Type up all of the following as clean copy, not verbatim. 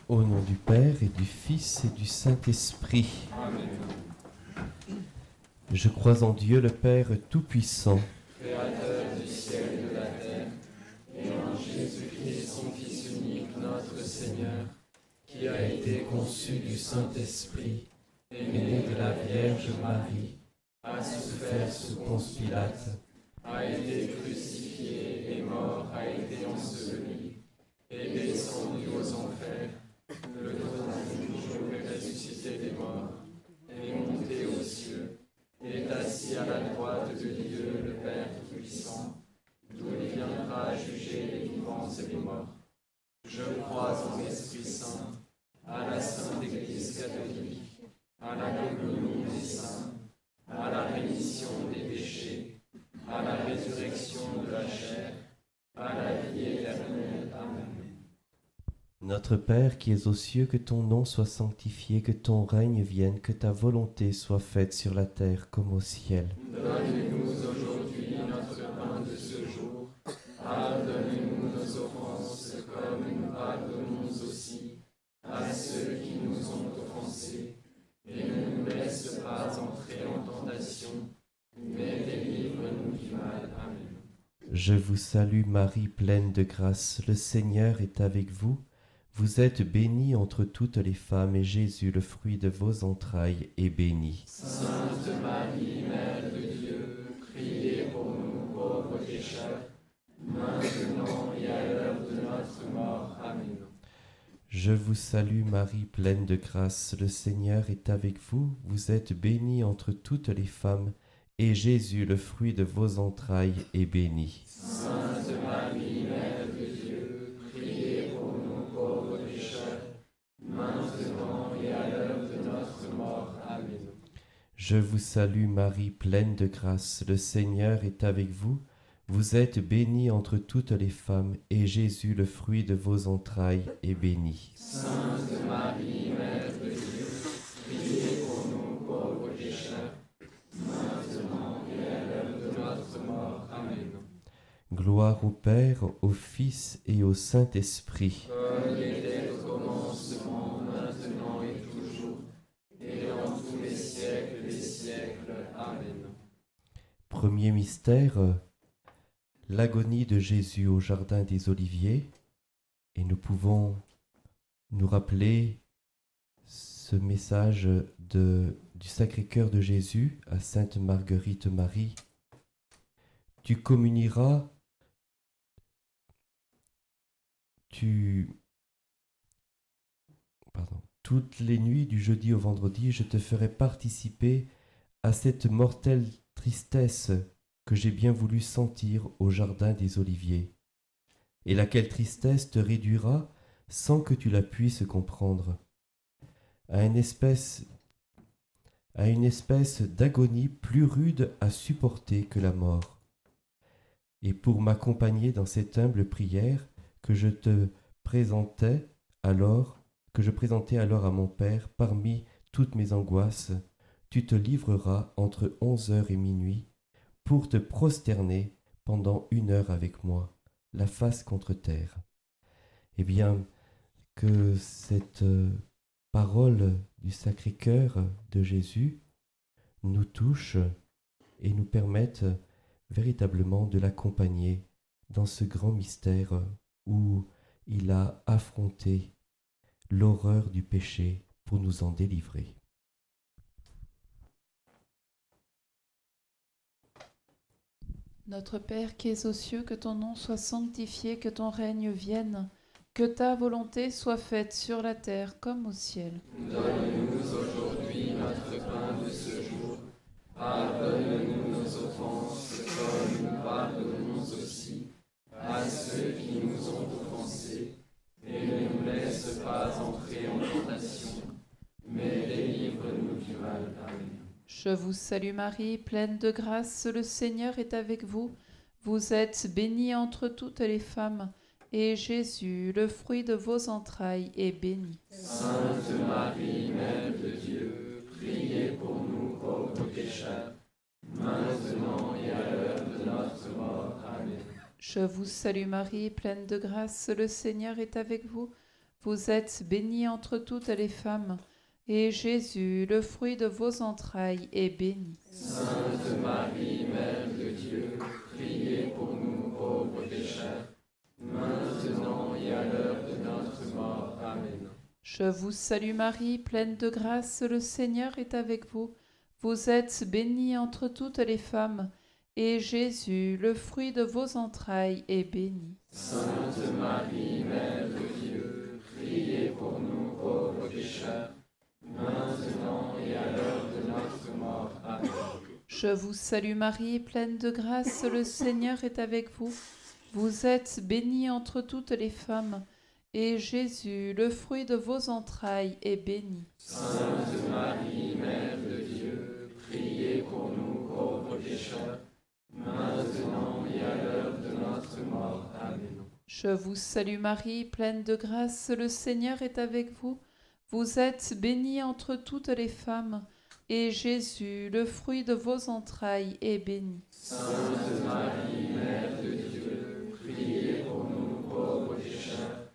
Au nom du Père et du Fils et du Saint-Esprit. Amen. Je crois en Dieu le Père Tout-Puissant, Créateur du ciel et de la terre, et en Jésus-Christ, son Fils unique, notre Seigneur, qui a été conçu du Saint-Esprit, et né de la Vierge Marie, a souffert sous Ponce Pilate, a été crucifié et mort, a été enseveli, et descendu aux enfers, le troisième jour est ressuscité des morts, est monté aux cieux, est assis à la droite de Dieu, le Père Tout-Puissant, d'où il viendra juger les vivants et les morts. Je crois en l'Esprit Saint, à la Sainte Église catholique, à la communion des saints, à la rémission des péchés, à la résurrection de la chair, à la vie éternelle. Amen. Notre Père qui es aux cieux, que ton nom soit sanctifié, que ton règne vienne, que ta volonté soit faite sur la terre comme au ciel. Donne-nous aujourd'hui notre pain de ce jour. Pardonne-nous nos offenses, comme nous pardonnons aussi à ceux qui nous ont offensés. Et ne nous laisse pas entrer en tentation, mais délivre-nous du mal. Amen. Je vous salue Marie, pleine de grâce, le Seigneur est avec vous. Vous êtes bénie entre toutes les femmes, et Jésus, le fruit de vos entrailles, est béni. Sainte Marie, Mère de Dieu, priez pour nous pauvres pécheurs, maintenant et à l'heure de notre mort. Amen. Je vous salue Marie, pleine de grâce, le Seigneur est avec vous. Vous êtes bénie entre toutes les femmes, et Jésus, le fruit de vos entrailles, est béni. Sainte Marie, Mère de Dieu, priez pour nous pauvres pécheurs, maintenant et à l'heure de notre mort. Amen. Je vous salue Marie, pleine de grâce, le Seigneur est avec vous. Vous êtes bénie entre toutes les femmes, et Jésus, le fruit de vos entrailles, est béni. Sainte Marie, Mère de Dieu, priez pour nous pauvres pécheurs, maintenant et à l'heure de notre mort. Amen. Gloire au Père, au Fils et au Saint-Esprit. Comme il était au commencement, maintenant et toujours, et dans tous les siècles des siècles. Amen. Premier mystère, l'agonie de Jésus au jardin des Oliviers. Et nous pouvons nous rappeler ce message du Sacré-Cœur de Jésus à Sainte Marguerite Marie. Tu communieras, toutes les nuits du jeudi au vendredi, je te ferai participer à cette mortelle tristesse que j'ai bien voulu sentir au jardin des Oliviers, et laquelle tristesse te réduira, sans que tu la puisses comprendre, à une espèce d'agonie plus rude à supporter que la mort. Et pour m'accompagner dans cette humble prière que je présentais alors à mon Père, parmi toutes mes angoisses, tu te livreras entre 11h et minuit pour te prosterner pendant 1 heure avec moi, la face contre terre. Eh bien, que cette parole du Sacré-Cœur de Jésus nous touche et nous permette véritablement de l'accompagner dans ce grand mystère où il a affronté l'horreur du péché pour nous en délivrer. Notre Père qui es aux cieux, que ton nom soit sanctifié, que ton règne vienne, que ta volonté soit faite sur la terre comme au ciel. Donne-nous aujourd'hui notre pain de ce jour. Pardonne-nous nos offenses, comme nous pardonnons aussi à ceux qui nous ont offensés. Et ne nous laisse pas entrer en tentation, mais délivre-nous du mal. Amen. Je vous salue Marie, pleine de grâce, le Seigneur est avec vous. Vous êtes bénie entre toutes les femmes, et Jésus, le fruit de vos entrailles, est béni. Sainte Marie, Mère de Dieu, priez pour nous pauvres pécheurs, maintenant et à l'heure de notre mort. Amen. Je vous salue Marie, pleine de grâce, le Seigneur est avec vous. Vous êtes bénie entre toutes les femmes, et Jésus, le fruit de vos entrailles, est béni. Sainte Marie, Mère de Dieu, priez pour nous pauvres pécheurs, maintenant et à l'heure de notre mort. Amen. Je vous salue Marie, pleine de grâce, le Seigneur est avec vous. Vous êtes bénie entre toutes les femmes, et Jésus, le fruit de vos entrailles, est béni. Sainte Marie, Mère de Dieu, priez pour nous pauvres pécheurs, maintenant et à l'heure de notre mort. Amen. Je vous salue Marie, pleine de grâce, le Seigneur est avec vous. Vous êtes bénie entre toutes les femmes, et Jésus, le fruit de vos entrailles, est béni. Sainte Marie, Mère de Dieu, priez pour nous pauvres pécheurs, maintenant et à l'heure de notre mort. Amen. Je vous salue Marie, pleine de grâce, le Seigneur est avec vous. Vous êtes bénie entre toutes les femmes, et Jésus, le fruit de vos entrailles, est béni. Sainte Marie, Mère de Dieu, priez pour nous pauvres pécheurs,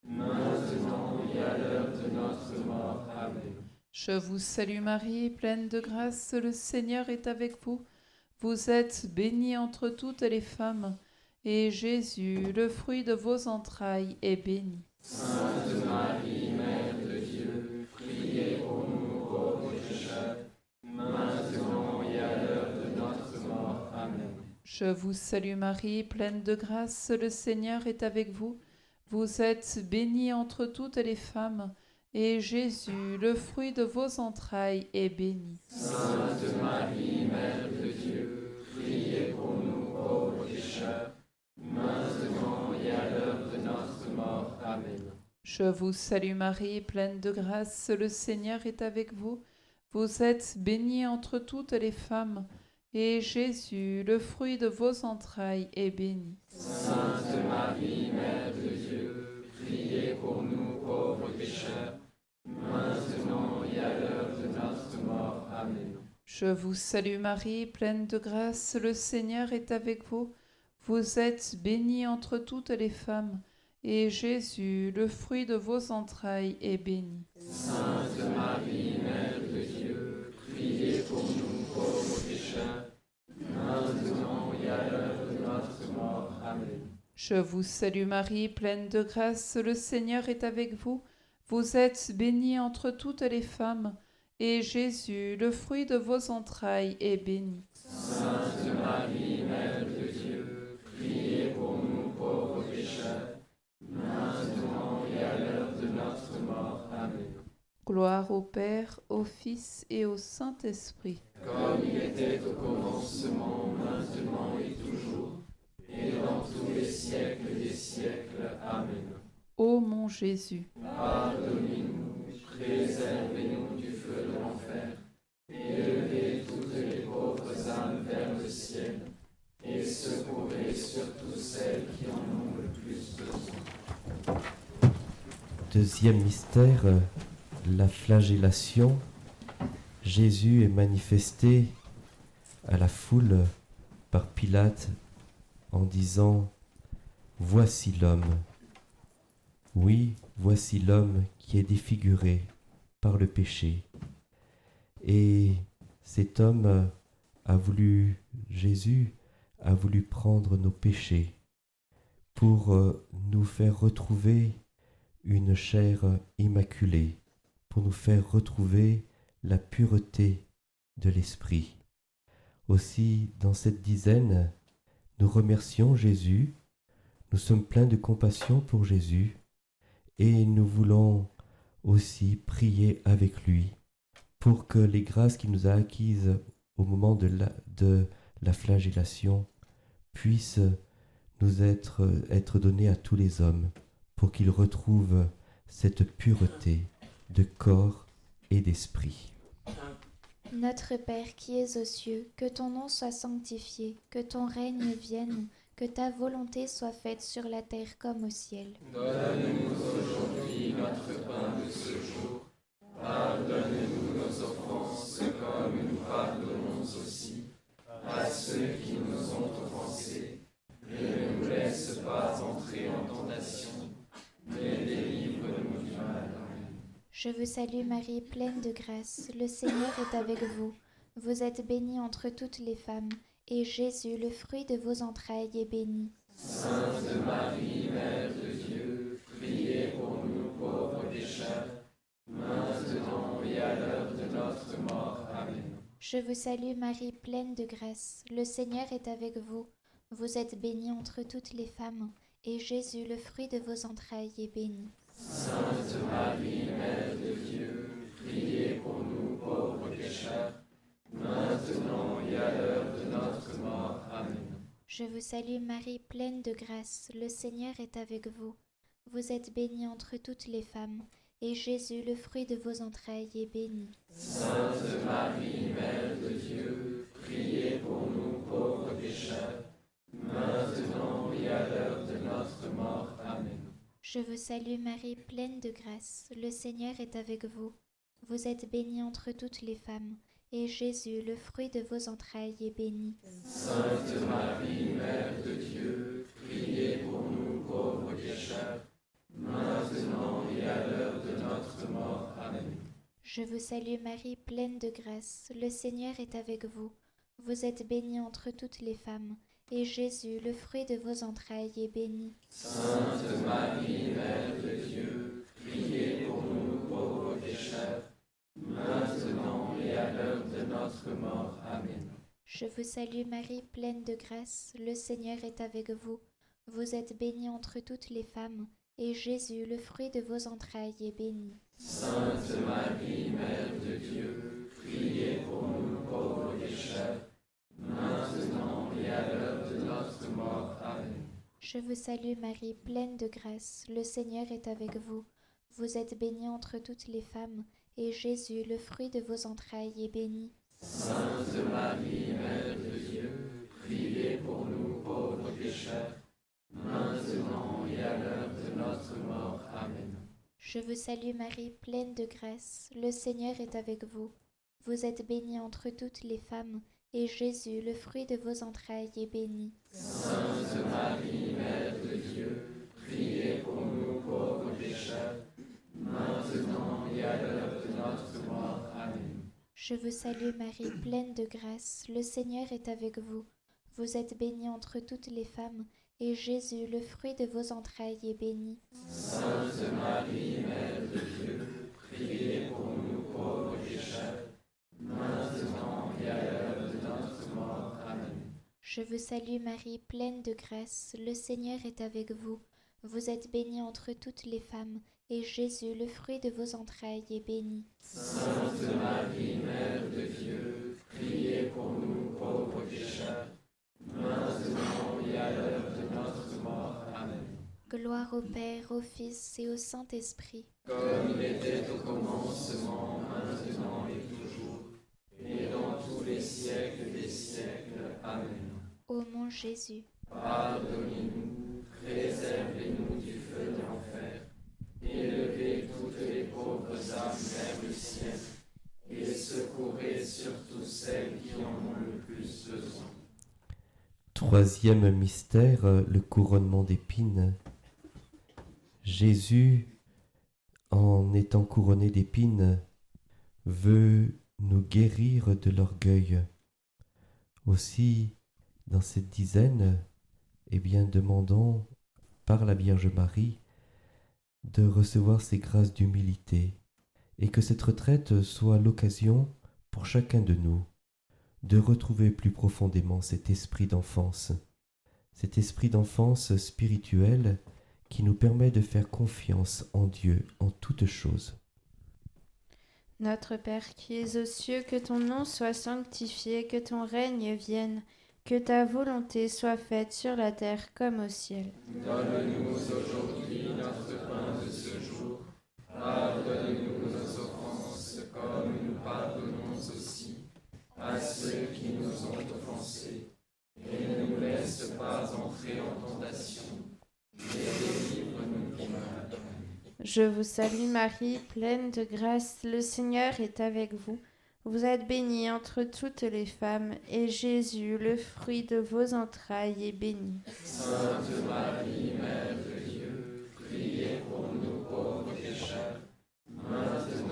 maintenant et à l'heure de notre mort. Amen. Je vous salue Marie, pleine de grâce, le Seigneur est avec vous. Vous êtes bénie entre toutes les femmes, et Jésus, le fruit de vos entrailles, est béni. Sainte Marie, Mère de Dieu, priez pour nous pauvres pécheurs, maintenant et à l'heure de notre mort. Amen. Je vous salue Marie, pleine de grâce, le Seigneur est avec vous. Vous êtes bénie entre toutes les femmes, et Jésus, le fruit de vos entrailles, est béni. Sainte Marie, Mère de Dieu, priez pour nous pauvres pécheurs, maintenant et à l'heure de notre mort. Amen. Je vous salue Marie, pleine de grâce, le Seigneur est avec vous. Vous êtes bénie entre toutes les femmes, et Jésus, le fruit de vos entrailles, est béni. Sainte Marie, Mère de Dieu, priez pour nous pauvres pécheurs, maintenant et à l'heure de notre mort. Amen. Je vous salue Marie, pleine de grâce, le Seigneur est avec vous. Vous êtes bénie entre toutes les femmes, et Jésus, le fruit de vos entrailles, est béni. Sainte Marie, Mère de Dieu, priez pour nous pauvres pécheurs, maintenant et à l'heure de notre mort. Amen. Je vous salue Marie, pleine de grâce, le Seigneur est avec vous. Vous êtes bénie entre toutes les femmes, et Jésus, le fruit de vos entrailles, est béni. Sainte Marie, Mère de Dieu, priez pour nous pauvres pécheurs, maintenant et à l'heure de notre mort. Amen. Gloire au Père, au Fils et au Saint-Esprit. Comme il était au commencement, maintenant et toujours, et dans tous les siècles des siècles. Amen. Ô mon Jésus, Pardonnez-nous, préservez-nous du feu de l'enfer, et élevez toutes les pauvres âmes vers le ciel, et secourez surtout celles qui en ont le plus besoin. Deuxième mystère, la flagellation. Jésus est manifesté à la foule par Pilate en disant « Voici l'homme ». Oui, voici l'homme qui est défiguré par le péché. Et cet homme Jésus a voulu prendre nos péchés pour nous faire retrouver une chair immaculée, pour nous faire retrouver la pureté de l'esprit. Aussi, dans cette dizaine, nous remercions Jésus, nous sommes pleins de compassion pour Jésus et nous voulons aussi prier avec lui pour que les grâces qu'il nous a acquises au moment de la flagellation puissent nous être données à tous les hommes pour qu'ils retrouvent cette pureté de corps et d'esprit. Notre Père qui es aux cieux, que ton nom soit sanctifié, que ton règne vienne, que ta volonté soit faite sur la terre comme au ciel. Donne-nous aujourd'hui notre pain de ce jour. Pardonne-nous nos offenses, comme nous pardonnons aussi à ceux qui nous ont offensés. Et ne nous laisse pas entrer en tentation, mais délivre-nous du Je vous salue Marie, pleine de grâce, le Seigneur est avec vous. Vous êtes bénie entre toutes les femmes, et Jésus, le fruit de vos entrailles, est béni. Sainte Marie, Mère de Dieu, priez pour nous pauvres pécheurs, maintenant et à l'heure de notre mort. Amen. Je vous salue Marie, pleine de grâce, le Seigneur est avec vous. Vous êtes bénie entre toutes les femmes, et Jésus, le fruit de vos entrailles, est béni. Sainte Marie, Mère de Dieu, priez pour nous pauvres pécheurs, maintenant et à l'heure de notre mort. Amen. Je vous salue Marie, pleine de grâce, le Seigneur est avec vous. Vous êtes bénie entre toutes les femmes, et Jésus, le fruit de vos entrailles, est béni. Sainte Marie, Mère de Dieu, priez pour nous pauvres pécheurs, maintenant et à l'heure de notre mort. Amen. Je vous salue Marie, pleine de grâce, le Seigneur est avec vous. Vous êtes bénie entre toutes les femmes, et Jésus, le fruit de vos entrailles, est béni. Sainte Marie, Mère de Dieu, priez pour nous pauvres pécheurs, maintenant et à l'heure de notre mort. Amen. Je vous salue Marie, pleine de grâce, le Seigneur est avec vous. Vous êtes bénie entre toutes les femmes, et Jésus, le fruit de vos entrailles, est béni. Sainte Marie, Mère de Dieu, priez pour nous pauvres pécheurs, maintenant et à l'heure de notre mort. Amen. Je vous salue Marie, pleine de grâce, le Seigneur est avec vous. Vous êtes bénie entre toutes les femmes, et Jésus, le fruit de vos entrailles, est béni. Sainte Marie, Mère de Dieu, priez pour nous pauvres pécheurs, maintenant et à l'heure de notre mort. Amen. Je vous salue Marie, pleine de grâce, le Seigneur est avec vous. Vous êtes bénie entre toutes les femmes, et Jésus, le fruit de vos entrailles, est béni. Sainte Marie, Mère de Dieu, priez pour nous pauvres pécheurs, maintenant et à l'heure de notre mort. Amen. Je vous salue Marie, pleine de grâce, le Seigneur est avec vous. Vous êtes bénie entre toutes les femmes, et Jésus, le fruit de vos entrailles, est béni. Sainte Marie, Mère de Dieu, priez pour nous pauvres pécheurs, maintenant et à l'heure de notre mort. Amen. Je vous salue Marie, pleine de grâce, le Seigneur est avec vous. Vous êtes bénie entre toutes les femmes, et Jésus, le fruit de vos entrailles, est béni. Sainte Marie, Mère de Dieu, priez pour nous pauvres pécheurs, maintenant et à l'heure de notre mort. Amen. Je vous salue Marie, pleine de grâce, le Seigneur est avec vous. Vous êtes bénie entre toutes les femmes, et Jésus, le fruit de vos entrailles, est béni. Sainte Marie, Mère de Dieu, priez pour nous pauvres pécheurs, maintenant et à l'heure de notre mort. Amen. Gloire au Père, au Fils et au Saint-Esprit. Comme il était au commencement, maintenant et toujours, et dans tous les siècles des siècles. Amen. Ô mon Jésus, Pardonnez-nous, préservez-nous du feu de l'enfer, élevez toutes les pauvres âmes vers le ciel, et secourez surtout celles qui en ont le plus besoin. Troisième mystère, le couronnement d'épines. Jésus, en étant couronné d'épines, veut nous guérir de l'orgueil. Aussi, dans cette dizaine, demandons par la Vierge Marie de recevoir ces grâces d'humilité et que cette retraite soit l'occasion pour chacun de nous de retrouver plus profondément cet esprit d'enfance spirituel qui nous permet de faire confiance en Dieu en toutes choses. Notre Père qui es aux cieux, que ton nom soit sanctifié, que ton règne vienne, que ta volonté soit faite sur la terre comme au ciel. Donne-nous aujourd'hui notre pain de ce jour. Pardonne-nous nos offenses, comme nous pardonnons aussi à ceux qui nous ont offensés. Et ne nous laisse pas entrer en tentation, mais délivre-nous du mal. Je vous salue Marie, pleine de grâce, le Seigneur est avec vous. Vous êtes bénie entre toutes les femmes, et Jésus, le fruit de vos entrailles, est béni. Sainte Marie, Mère de Dieu, priez pour nous pauvres pécheurs, maintenant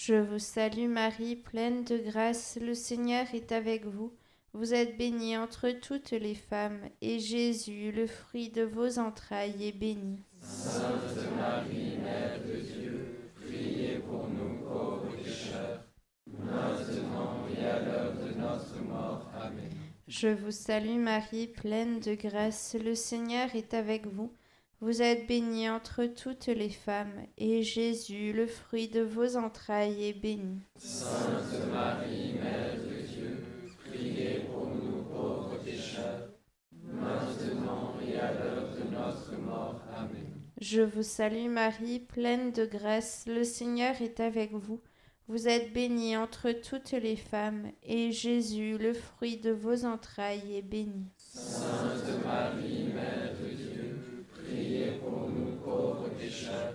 Je vous salue Marie, pleine de grâce, le Seigneur est avec vous. Vous êtes bénie entre toutes les femmes, et Jésus, le fruit de vos entrailles, est béni. Sainte Marie, Mère de Dieu, priez pour nous pauvres pécheurs, maintenant et à l'heure de notre mort. Amen. Je vous salue Marie, pleine de grâce, le Seigneur est avec vous. Vous êtes bénie entre toutes les femmes, et Jésus, le fruit de vos entrailles, est béni. Sainte Marie, Mère de Dieu, priez pour nous pauvres pécheurs, maintenant et à l'heure de notre mort. Amen. Je vous salue Marie, pleine de grâce, le Seigneur est avec vous. Vous êtes bénie entre toutes les femmes, et Jésus, le fruit de vos entrailles, est béni. Sainte Marie, Mère de Dieu, priez pour nous pauvres pécheurs,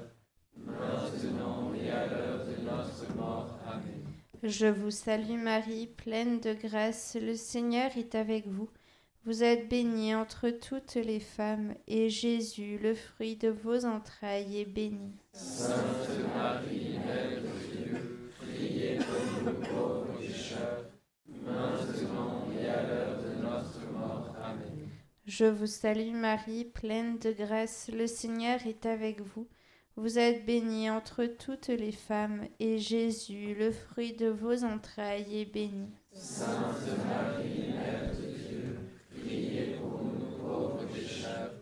maintenant et à l'heure de notre mort. Amen. Je vous salue Marie, pleine de grâce, le Seigneur est avec vous. Vous êtes bénie entre toutes les femmes, et Jésus, le fruit de vos entrailles, est béni. Sainte Marie, Mère de Dieu, priez pour nous pauvres pécheurs, maintenant et à l'heure de notre mort. Amen. Je vous salue Marie, pleine de grâce, le Seigneur est avec vous. Vous êtes bénie entre toutes les femmes, et Jésus, le fruit de vos entrailles, est béni. Sainte Marie, Mère de Dieu, priez pour nous pauvres pécheurs,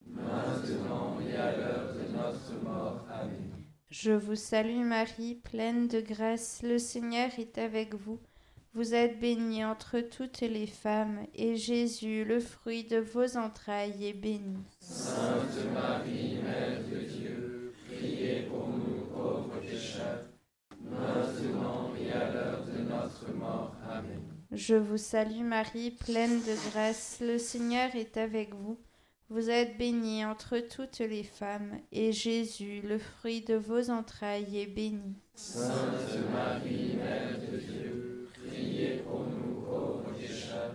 maintenant et à l'heure de notre mort. Amen. Je vous salue Marie, pleine de grâce, le Seigneur est avec vous. Vous êtes bénie entre toutes les femmes, et Jésus, le fruit de vos entrailles, est béni. Sainte Marie, Mère de Dieu, priez pour nous pauvres pécheurs, maintenant et à l'heure de notre mort. Amen. Je vous salue Marie, pleine de grâce, le Seigneur est avec vous. Vous êtes bénie entre toutes les femmes, et Jésus, le fruit de vos entrailles, est béni. Sainte Marie, Mère de Dieu, priez pour nous pauvres pécheurs,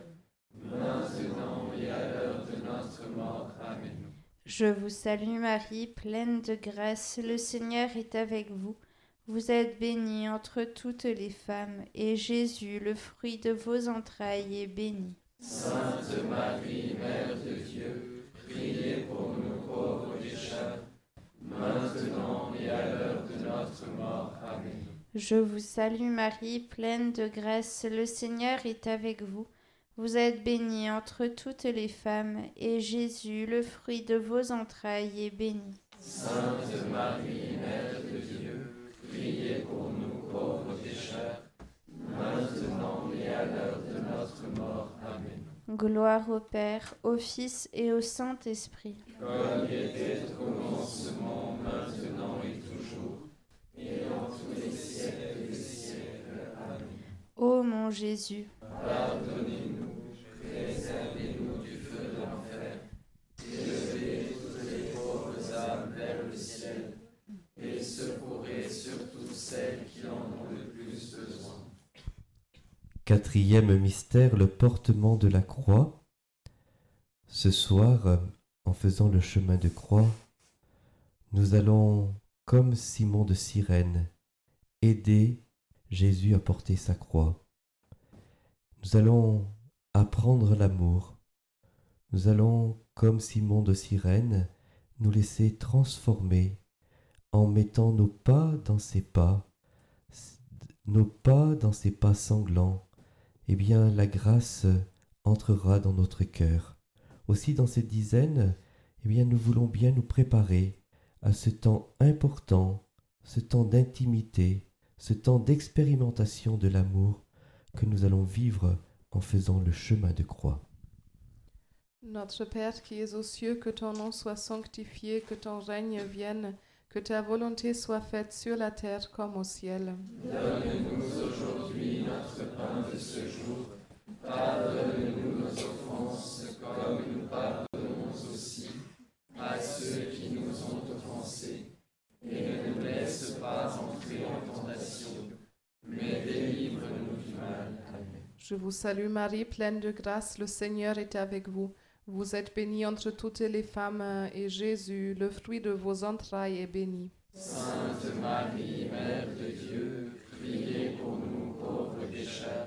maintenant et à l'heure de notre mort. Amen. Je vous salue Marie, pleine de grâce, le Seigneur est avec vous. Vous êtes bénie entre toutes les femmes, et Jésus, le fruit de vos entrailles, est béni. Sainte Marie, Mère de Dieu, priez pour nous pauvres pécheurs, maintenant et à l'heure de notre mort. Amen. Je vous salue Marie, pleine de grâce, le Seigneur est avec vous. Vous êtes bénie entre toutes les femmes, et Jésus, le fruit de vos entrailles, est béni. Sainte Marie, Mère de Dieu, priez pour nous pauvres pécheurs, maintenant et à l'heure de notre mort. Amen. Gloire au Père, au Fils et au Saint-Esprit. Comme il était au commencement, maintenant et toujours, et dans tous les siècles des siècles. Amen. Ô mon Jésus, Pardonnez-nous, préservez-nous du feu de l'enfer, élevez toutes les pauvres âmes vers le ciel, et secourez surtout celles qui en ont le plus besoin. Quatrième mystère, le portement de la croix. Ce soir, en faisant le chemin de croix, nous allons, comme Simon de Cyrène, aider Jésus à porter sa croix. Nous allons apprendre l'amour. Nous allons, comme Simon de Cyrène, nous laisser transformer en mettant nos pas dans ses pas sanglants. Eh bien, la grâce entrera dans notre cœur. Aussi, dans cette dizaine, eh bien, nous voulons bien nous préparer à ce temps important, ce temps d'intimité, ce temps d'expérimentation de l'amour que nous allons vivre en faisant le chemin de croix. Notre Père qui es aux cieux, que ton nom soit sanctifié, que ton règne vienne, que ta volonté soit faite sur la terre comme au ciel. Donne-nous aujourd'hui notre pain de ce jour. Pardonne-nous nos offenses, comme nous pardonnons aussi à ceux qui nous ont offensés. Et ne nous laisse pas entrer en tentation, mais délivre-nous du mal. Amen. Je vous salue Marie, pleine de grâce, le Seigneur est avec vous. Vous êtes bénie entre toutes les femmes, et Jésus, le fruit de vos entrailles, est béni. Sainte Marie, Mère de Dieu, priez pour nous pauvres pécheurs,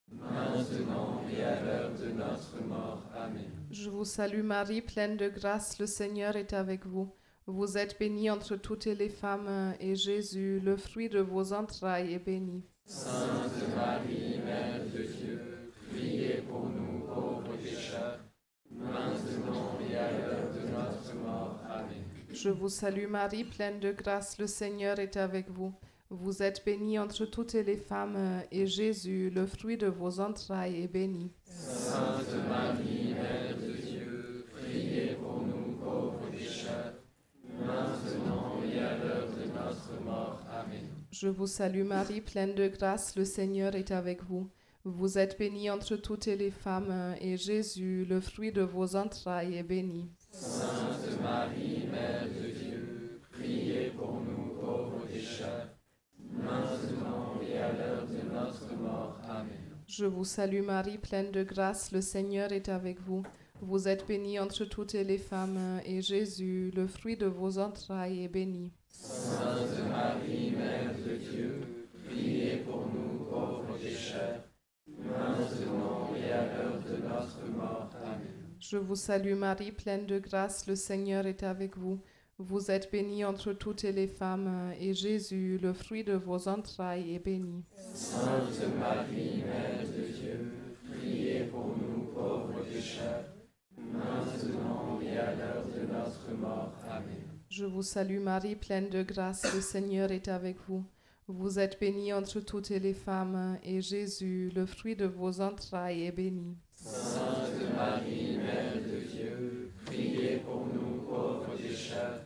maintenant et à l'heure de notre mort. Amen. Je vous salue Marie, pleine de grâce, le Seigneur est avec vous. Vous êtes bénie entre toutes les femmes, et Jésus, le fruit de vos entrailles, est béni. Sainte Marie, Mère de Dieu, priez pour nous pauvres pécheurs, maintenant et à l'heure de notre mort. Amen. Je vous salue Marie, pleine de grâce, le Seigneur est avec vous. Vous êtes bénie entre toutes les femmes, et Jésus, le fruit de vos entrailles, est béni. Sainte Marie, Mère de Dieu, priez pour nous pauvres pécheurs, maintenant et à l'heure de notre mort. Amen. Je vous salue Marie, pleine de grâce, le Seigneur est avec vous. Vous êtes bénie entre toutes les femmes, et Jésus, le fruit de vos entrailles, est béni. Sainte Marie, Mère de Dieu, priez pour nous pauvres pécheurs, maintenant et à l'heure de notre mort. Amen. Je vous salue Marie, pleine de grâce, le Seigneur est avec vous. Vous êtes bénie entre toutes les femmes, et Jésus, le fruit de vos entrailles, est béni. Sainte Marie, Mère de Dieu, priez pour nous pauvres pécheurs, maintenant et à l'heure de notre mort. Amen. Je vous salue Marie, pleine de grâce, le Seigneur est avec vous. Vous êtes bénie entre toutes les femmes, et Jésus, le fruit de vos entrailles, est béni. Sainte Marie, Mère de Dieu, priez pour nous pauvres pécheurs, maintenant et à l'heure de notre mort. Amen. Je vous salue Marie, pleine de grâce, le Seigneur est avec vous. Vous êtes bénie entre toutes les femmes, et Jésus, le fruit de vos entrailles, est béni. Sainte Marie, Mère de Dieu, priez pour nous pauvres pécheurs,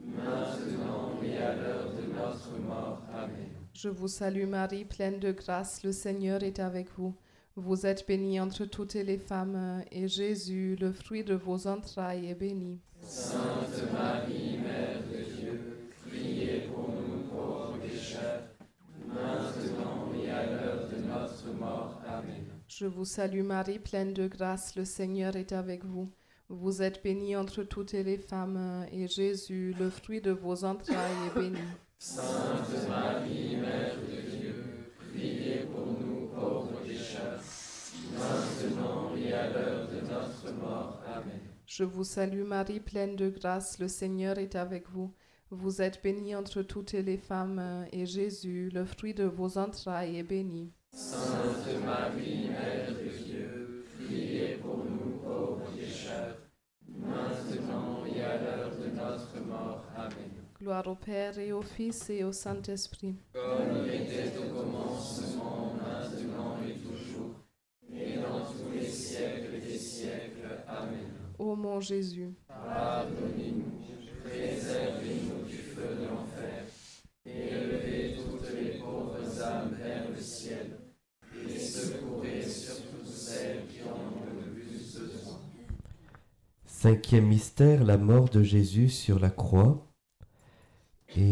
maintenant et à l'heure de notre mort. Amen. Je vous salue Marie, pleine de grâce, le Seigneur est avec vous. Vous êtes bénie entre toutes les femmes, et Jésus, le fruit de vos entrailles, est béni. Sainte Marie, Mère de Dieu, priez pour nous pauvres pécheurs, maintenant et à l'heure de notre mort. Amen. Je vous salue Marie, pleine de grâce, le Seigneur est avec vous. Vous êtes bénie entre toutes les femmes, et Jésus, le fruit de vos entrailles, est béni. Sainte Marie, Mère de Dieu, priez pour nous pauvres pécheurs, maintenant et à l'heure de notre mort. Amen. Je vous salue Marie, pleine de grâce, le Seigneur est avec vous. Vous êtes bénie entre toutes les femmes, et Jésus, le fruit de vos entrailles, est béni. Sainte Marie, Mère de Dieu, priez pour nous pauvres pécheurs, maintenant et à l'heure de notre mort. Amen. Gloire au Père et au Fils et au Saint-Esprit. Comme il était au commencement, maintenant et toujours, et dans tous les siècles des siècles. Amen. Ô mon Jésus, Pardonnez-nous, préservez-nous du feu de l'enfer, et élevez toutes les pauvres âmes vers le ciel, et secourez surtout celles qui en ont le plus besoin. Cinquième mystère, la mort de Jésus sur la croix. Et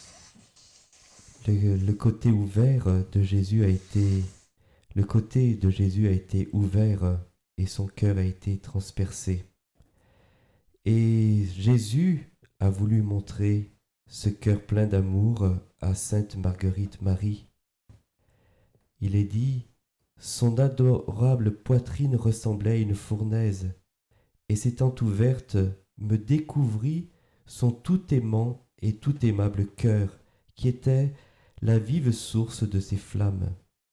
le côté ouvert de Jésus a été, le côté de Jésus a été ouvert et son cœur a été transpercé. Et Jésus a voulu montrer ce cœur plein d'amour à Sainte Marguerite Marie. Il est dit, son adorable poitrine ressemblait à une fournaise, et s'étant ouverte, me découvrit son tout aimant et tout aimable cœur, qui était la vive source de ses flammes.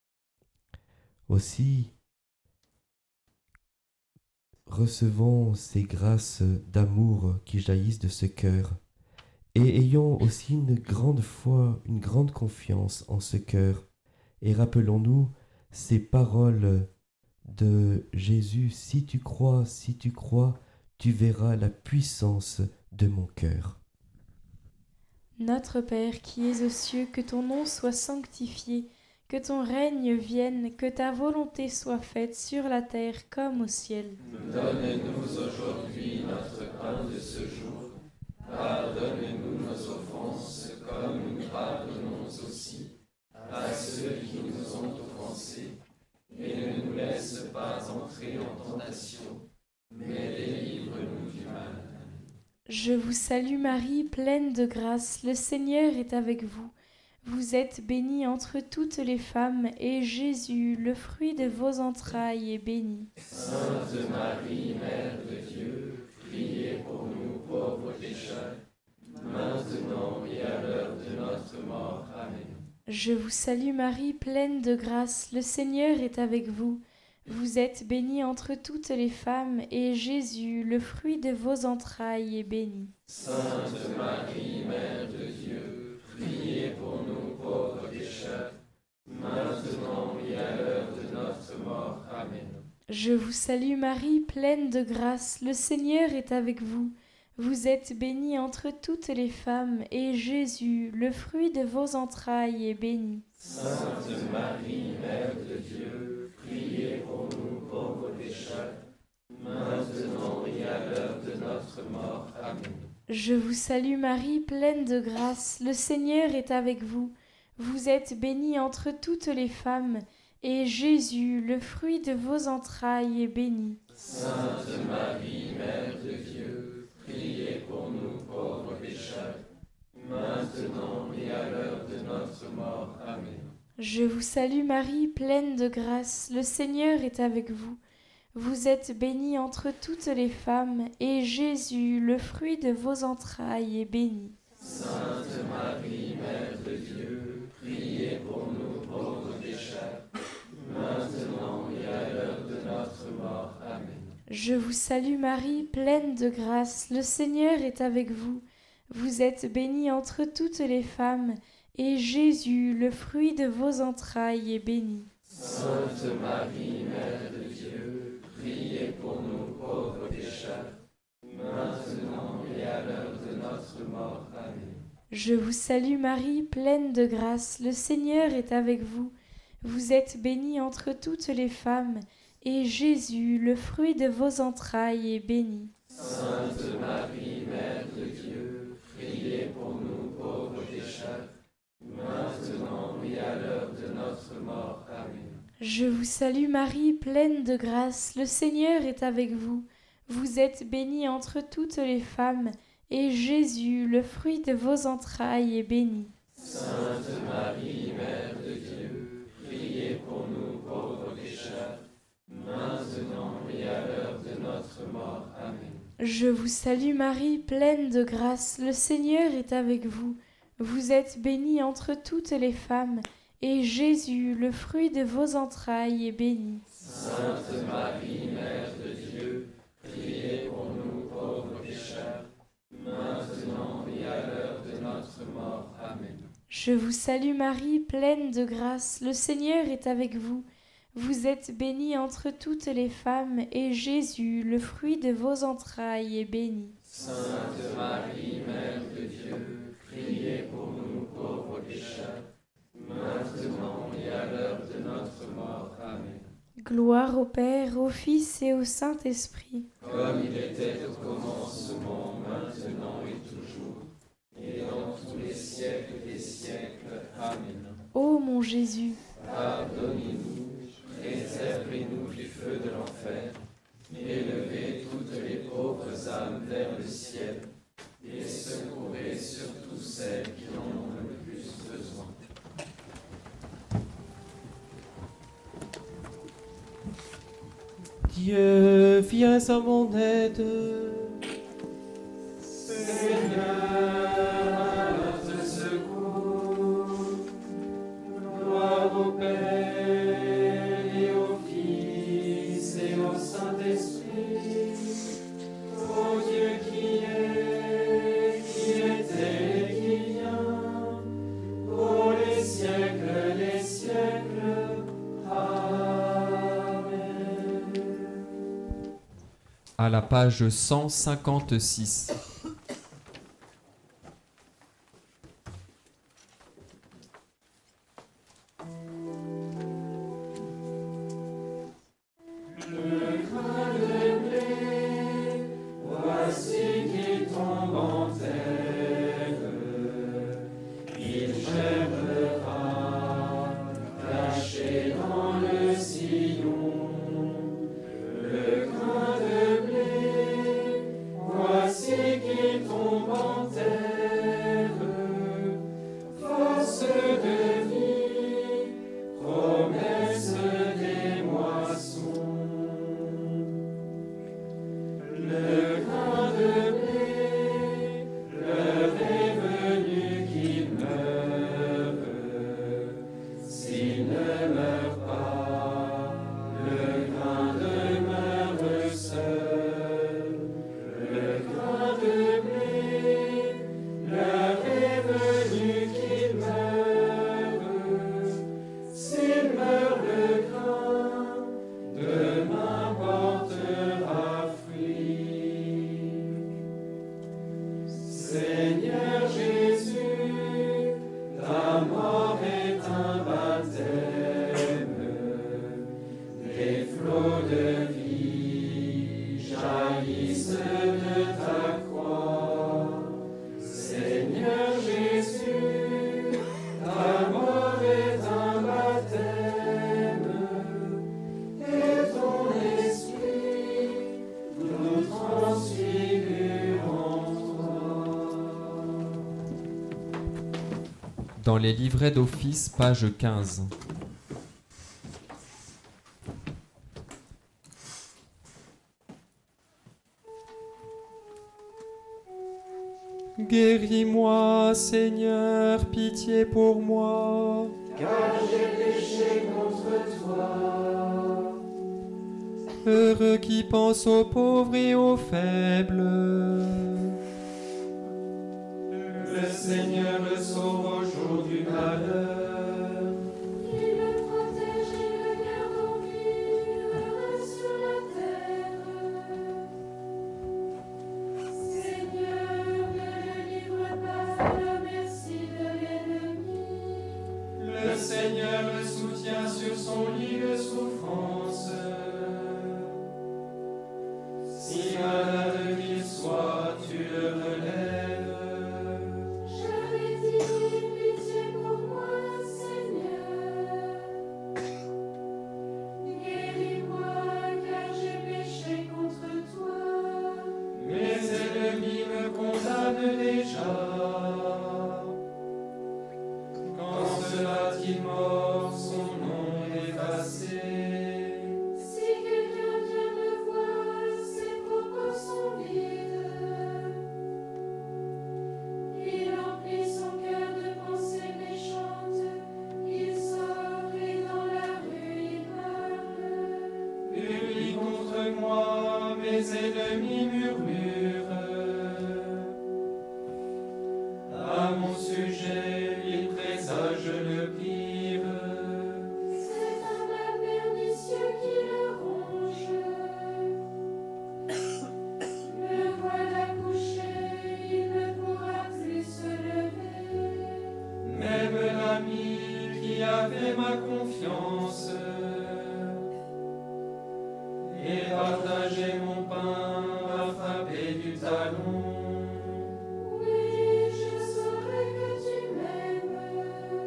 Aussi, recevons ces grâces d'amour qui jaillissent de ce cœur, et ayons aussi une grande foi, une grande confiance en ce cœur, et rappelons-nous ces paroles de Jésus, si tu crois, tu verras la puissance de mon cœur. Notre Père qui es aux cieux, que ton nom soit sanctifié, que ton règne vienne, que ta volonté soit faite sur la terre comme au ciel. Donne-nous aujourd'hui notre pain de ce jour. Pardonne-nous nos offenses, comme nous pardonnons aussi à ceux qui nous ont offensés. Et ne nous laisse pas entrer en tentation, mais délivre-nous du mal. Je vous salue Marie, pleine de grâce, le Seigneur est avec vous. Vous êtes bénie entre toutes les femmes, et Jésus, le fruit de vos entrailles, est béni. Sainte Marie, Mère de Dieu, priez pour nous pauvres pécheurs, maintenant et à l'heure de notre mort. Amen. Je vous salue Marie, pleine de grâce, le Seigneur est avec vous. Vous êtes bénie entre toutes les femmes, et Jésus, le fruit de vos entrailles, est béni. Sainte Marie, Mère de Dieu, priez pour nous pauvres pécheurs, maintenant et à l'heure de notre mort. Amen. Je vous salue Marie, pleine de grâce, le Seigneur est avec vous. Vous êtes bénie entre toutes les femmes, et Jésus, le fruit de vos entrailles, est béni. Sainte Marie, Mère de Dieu, priez pour nous pauvres pécheurs, maintenant et à l'heure de notre mort. Amen. Je vous salue Marie, pleine de grâce, le Seigneur est avec vous. Vous êtes bénie entre toutes les femmes, et Jésus, le fruit de vos entrailles, est béni. Sainte Marie, Mère de Dieu, priez pour nous pauvres pécheurs, maintenant et à l'heure de notre mort. Amen. Je vous salue Marie, pleine de grâce, le Seigneur est avec vous. Vous êtes bénie entre toutes les femmes, et Jésus, le fruit de vos entrailles, est béni. Sainte Marie, Mère de Dieu, priez pour nous pauvres pécheurs, maintenant et à l'heure de notre mort. Amen. Je vous salue Marie, pleine de grâce, le Seigneur est avec vous. Vous êtes bénie entre toutes les femmes, et Jésus, le fruit de vos entrailles, est béni. Sainte Marie, Mère de Dieu, priez pour nous pauvres pécheurs, maintenant et à l'heure de notre mort. Amen. Je vous salue Marie, pleine de grâce, le Seigneur est avec vous. Vous êtes bénie entre toutes les femmes, et Jésus, le fruit de vos entrailles, est béni. Sainte Marie, Mère de Dieu, priez pour nous pauvres pécheurs, maintenant et à l'heure de notre mort. Amen. Je vous salue Marie, pleine de grâce, le Seigneur est avec vous. Vous êtes bénie entre toutes les femmes, et Jésus, le fruit de vos entrailles, est béni. Sainte Marie, Mère de Dieu, priez pour nous pauvres pécheurs, maintenant et à l'heure de notre mort. Amen. Je vous salue Marie, pleine de grâce, le Seigneur est avec vous. Vous êtes bénie entre toutes les femmes, et Jésus, le fruit de vos entrailles, est béni. Sainte Marie, Mère de Dieu, priez pour nous pauvres pécheurs, maintenant et à l'heure de notre mort. Amen. Je vous salue Marie, pleine de grâce, le Seigneur est avec vous. Vous êtes bénie entre toutes les femmes, et Jésus, le fruit de vos entrailles, est béni. Sainte Marie, Mère de Dieu, priez pour nous pauvres pécheurs, maintenant et à l'heure de notre mort. Amen. Gloire au Père, au Fils et au Saint-Esprit. Comme il était au commencement, maintenant et toujours, et dans tous les siècles des siècles. Amen. Ô mon Jésus, Pardonnez-nous, préservez-nous du feu de l'enfer, élevez toutes les pauvres âmes vers le ciel, et secourez surtout celles qui en ont le plus besoin. Dieu, viens à mon aide. Seigneur, à notre secours, gloire au Père et au Fils et au Saint-Esprit, ô Dieu qui était et qui vient, pour les siècles des siècles. Amen. À la page 156. Voici qui tombe en terre, il germera, caché dans le sillon. Le grain de blé, voici qui Fils de ta croix. Seigneur Jésus, ta mort est un baptême, et ton esprit nous transfigure en toi. Dans les livrets d'office, page 15. Guéris-moi, Seigneur, pitié pour moi. Car j'ai péché contre toi. Heureux qui pense aux pauvres et aux faibles. Le Seigneur le sauve au jour du malheur. Il le protège et le garde en vie, heureux sur la terre. Seigneur, ne le livre pas à la merci de l'ennemi. Le Seigneur le soutient sur son lit de souffrance. Si malade qu'il soit, tu le relèves. J'avais dit pitié pour moi, Seigneur. Guéris-moi, car j'ai péché contre toi. Mes ennemis me condamnent déjà. Quand sera-t-il mort, son nom effacé? Si quelqu'un vient me voir, ses propos sont vides. Il emplit son cœur de pensées méchantes. Il sort et dans la rue il parle. Publie contre moi, mes ennemis murmurent. À mon sujet, ils présagent le pire. C'est un mal pernicieux qui le ronge. Me voilà couché, il ne pourra plus se lever. Même l'ami qui avait ma confiance et partageait mon pain m'a frappé du talon. Oui, je saurais que tu m'aimes.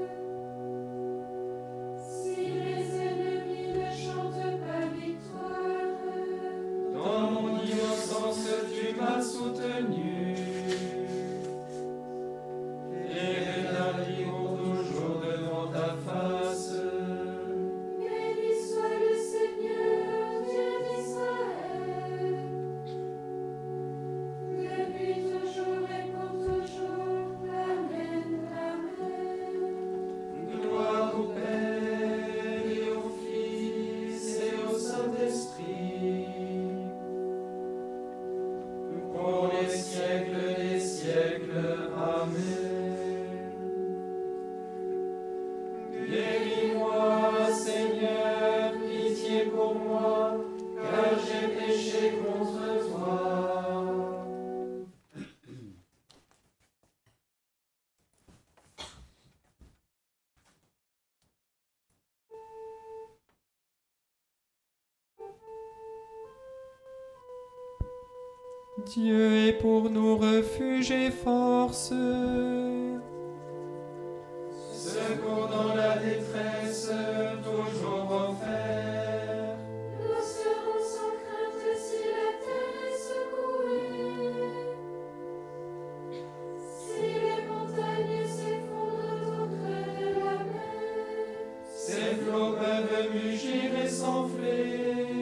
Si les ennemis ne chantent pas victoire, Dans mon innocence, tu m'as soutenu et rétabli pour toujours devant ta face. béni soit le Seigneur, Dieu d'Israël, depuis toujours et pour toujours. Amen, amen. Gloire au Père et au Fils et au Saint-Esprit, pour les siècles des siècles. Amen. Guéris-moi, Seigneur, pitié pour moi, car j'ai péché contre toi. Dieu est pour nous refuge et force. Secours dans la détresse, toujours offert. Nous serons sans crainte si la terre est secouée, si les montagnes s'effondrent au creux de la mer. Ces flots peuvent mugir et s'enfler.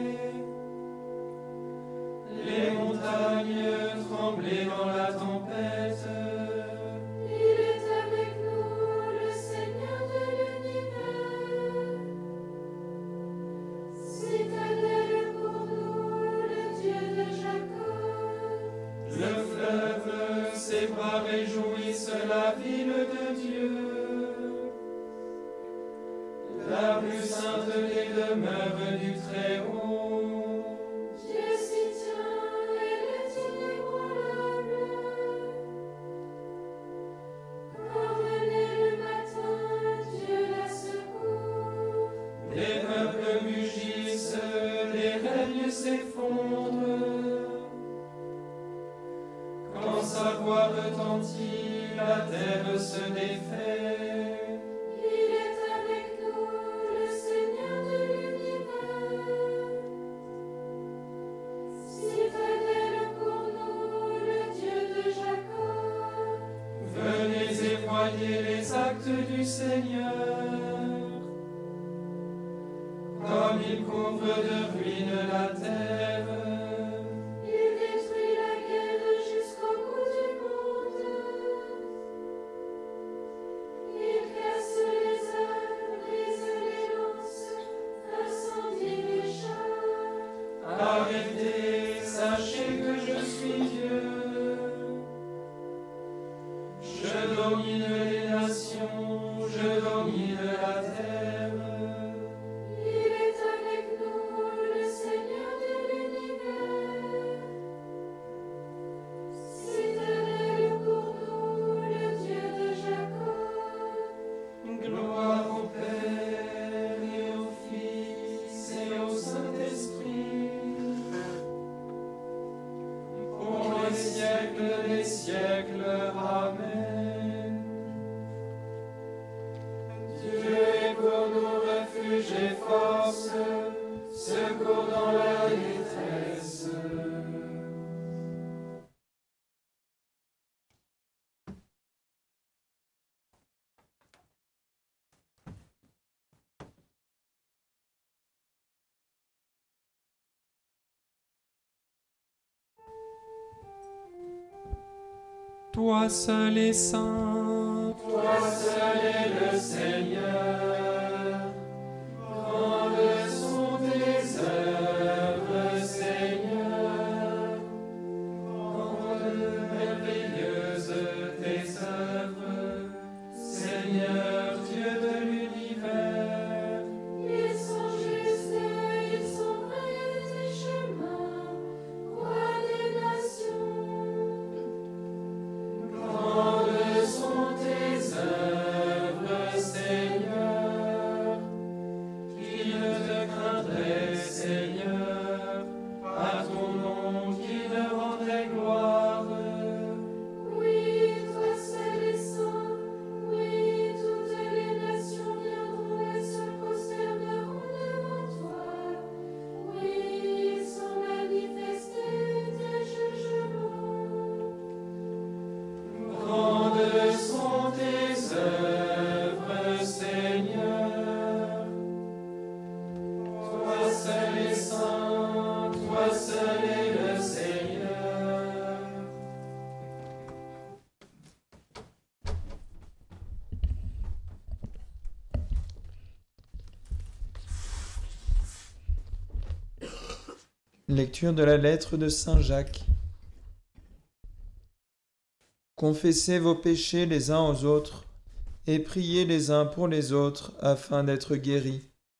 Les montagnes trembler dans la tempête. Il est avec nous, le Seigneur de l'univers. Citadelle pour nous, le Dieu de Jacob. Le fleuve, ses bras réjouissent la ville de Dieu. La plus sainte des demeures du Très-Haut. Dieu s'y tient, elle est inébranlable. Quand venait le matin, Dieu la secourt. Les peuples mugissent, les règnes s'effondrent. voix retentit, la terre se défait. Il est avec nous, le Seigneur de l'univers. Citadelle pour nous, le Dieu de Jacob. Venez et voyez les actes du Seigneur. Comme il couvre de ruines la terre. Il détruit la guerre jusqu'au bout du monde. Il casse les armes, brise les lances, incendie les chars. Arrêtez, sachez que je suis Dieu. Je domine les nations, je domine la terre. Il est avec nous, le Seigneur de l'univers. Citadelle pour nous, le Dieu de Jacob. Gloire au Père et au Fils et au Saint-Esprit. Pour les siècles des siècles. Amen. Dieu est pour nous refuge et force, secours dans la détresse. Toi seul est saint, Toi seul est le Seigneur. Grandes sont tes œuvres, Seigneur. Grandes, merveilleuses tes œuvres, Seigneur Dieu de l'univers. Ils sont justes, ils sont vrais tes chemins, roi des nations. Grandes sont tes œuvres, Seigneur. Qui ne te craindrait, Seigneur, à ton nom qui te rendrait gloire. Oui, toi seul est saint. Oui, toutes les nations viendront et se prosterneront devant toi. Oui, ils sont manifestés tes jugements. Grandes sont tes œuvres, Seigneur. Toi seul est saint, toi seul est le Seigneur. Lecture de la lettre de Saint Jacques. Confessez vos péchés les uns aux autres et priez les uns pour les autres afin d'être guéris.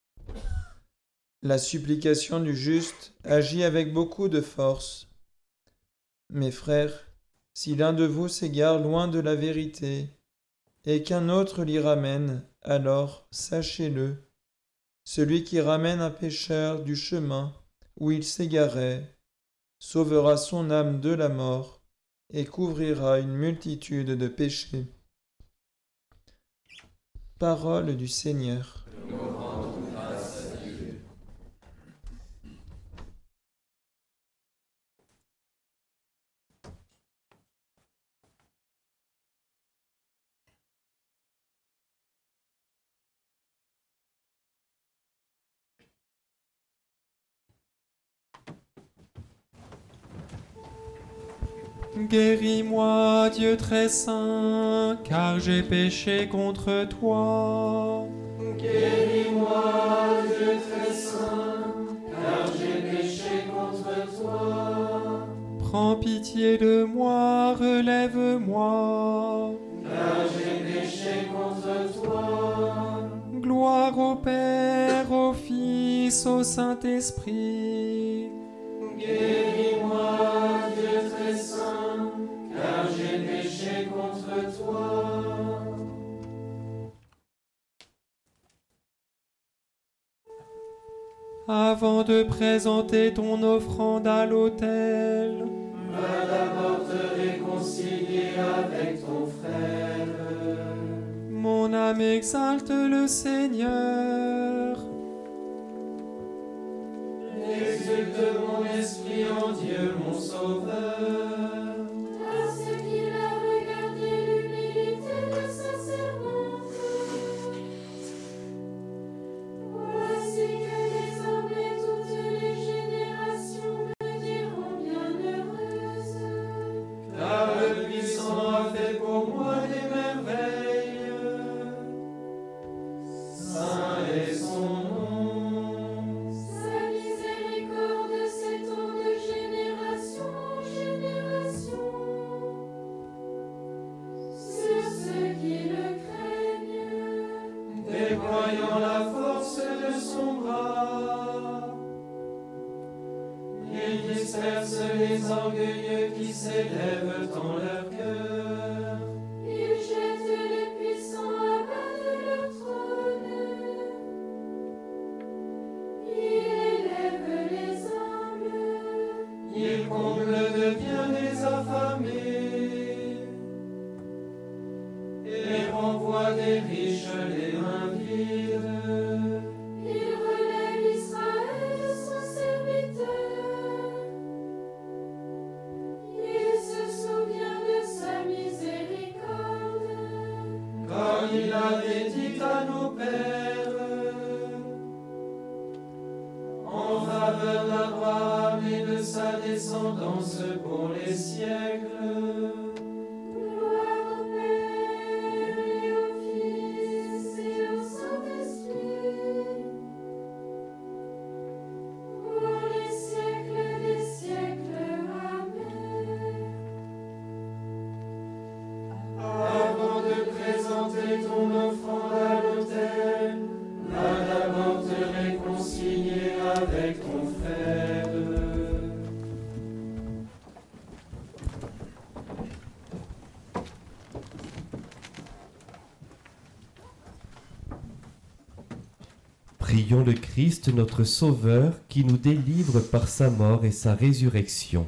La supplication du juste agit avec beaucoup de force. Mes frères, si l'un de vous s'égare loin de la vérité et qu'un autre l'y ramène, alors sachez-le. Celui qui ramène un pécheur du chemin où il s'égarait sauvera son âme de la mort et couvrira une multitude de péchés. Parole du Seigneur. Nous rendons grâce à Dieu. Guéris-moi, Dieu très saint, car j'ai péché contre toi. Guéris-moi, Dieu très saint, car j'ai péché contre toi. Prends pitié de moi, relève-moi. Car j'ai péché contre toi. Gloire au Père, au Fils, au Saint-Esprit. Guéris-moi, Dieu très saint, car j'ai péché contre toi. Avant de présenter ton offrande à l'autel, Va d'abord te réconcilier exalte le Seigneur. Exulte mon esprit en Dieu, mon Sauveur. Parce qu'il a regardé l'humilité de sa servante. Voici que désormais toutes les générations me diront bienheureuse. Car le puissant a fait pour moi des merveilles. Saint est son nom. Sa miséricorde s'étend de génération en génération sur ceux qui le craignent. Déployant la force de son bras, il disperse les orgueilleux qui s'élèvent en leur cœur. Il jette les puissants à bas de leur trône. Il élève les humbles. Il comble de bien les affamés et renvoie des riches les mains vides. Il relève Israël, son serviteur. Il se souvient de sa miséricorde. Comme il avait dit à nos pères, en faveur d'Abraham et de sa descendance pour les siècles. Gloire au Père et au Fils et au Saint-Esprit, pour les siècles des siècles. Amen. Avant de présenter ton offrande à l'autel, va d'abord te réconcilier avec ton frère. Prions le Christ, notre Sauveur, qui nous délivre par sa mort et sa résurrection.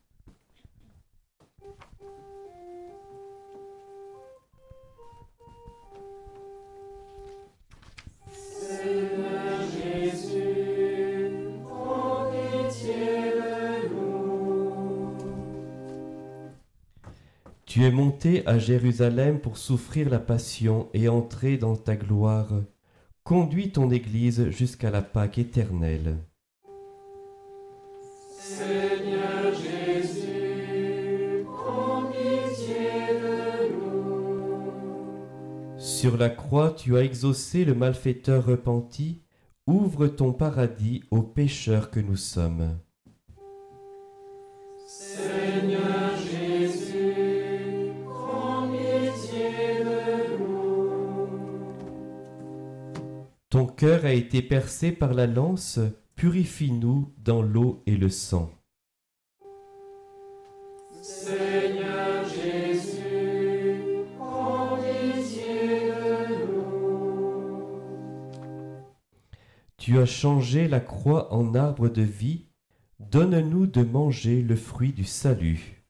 Seigneur Jésus, prends pitié de nous. Tu es monté à Jérusalem pour souffrir la passion et entrer dans ta gloire. Conduis ton Église jusqu'à la Pâque éternelle. Seigneur Jésus, prends pitié de nous. Sur la croix, tu as exaucé le malfaiteur repenti. Ouvre ton paradis aux pécheurs que nous sommes. Seigneur Jésus, prends pitié de nous. Ton cœur a été percé par la lance. Purifie-nous dans l'eau et le sang. Seigneur Jésus, prends pitié de nous. Tu as changé la croix en arbre de vie. Donne-nous de manger le fruit du salut.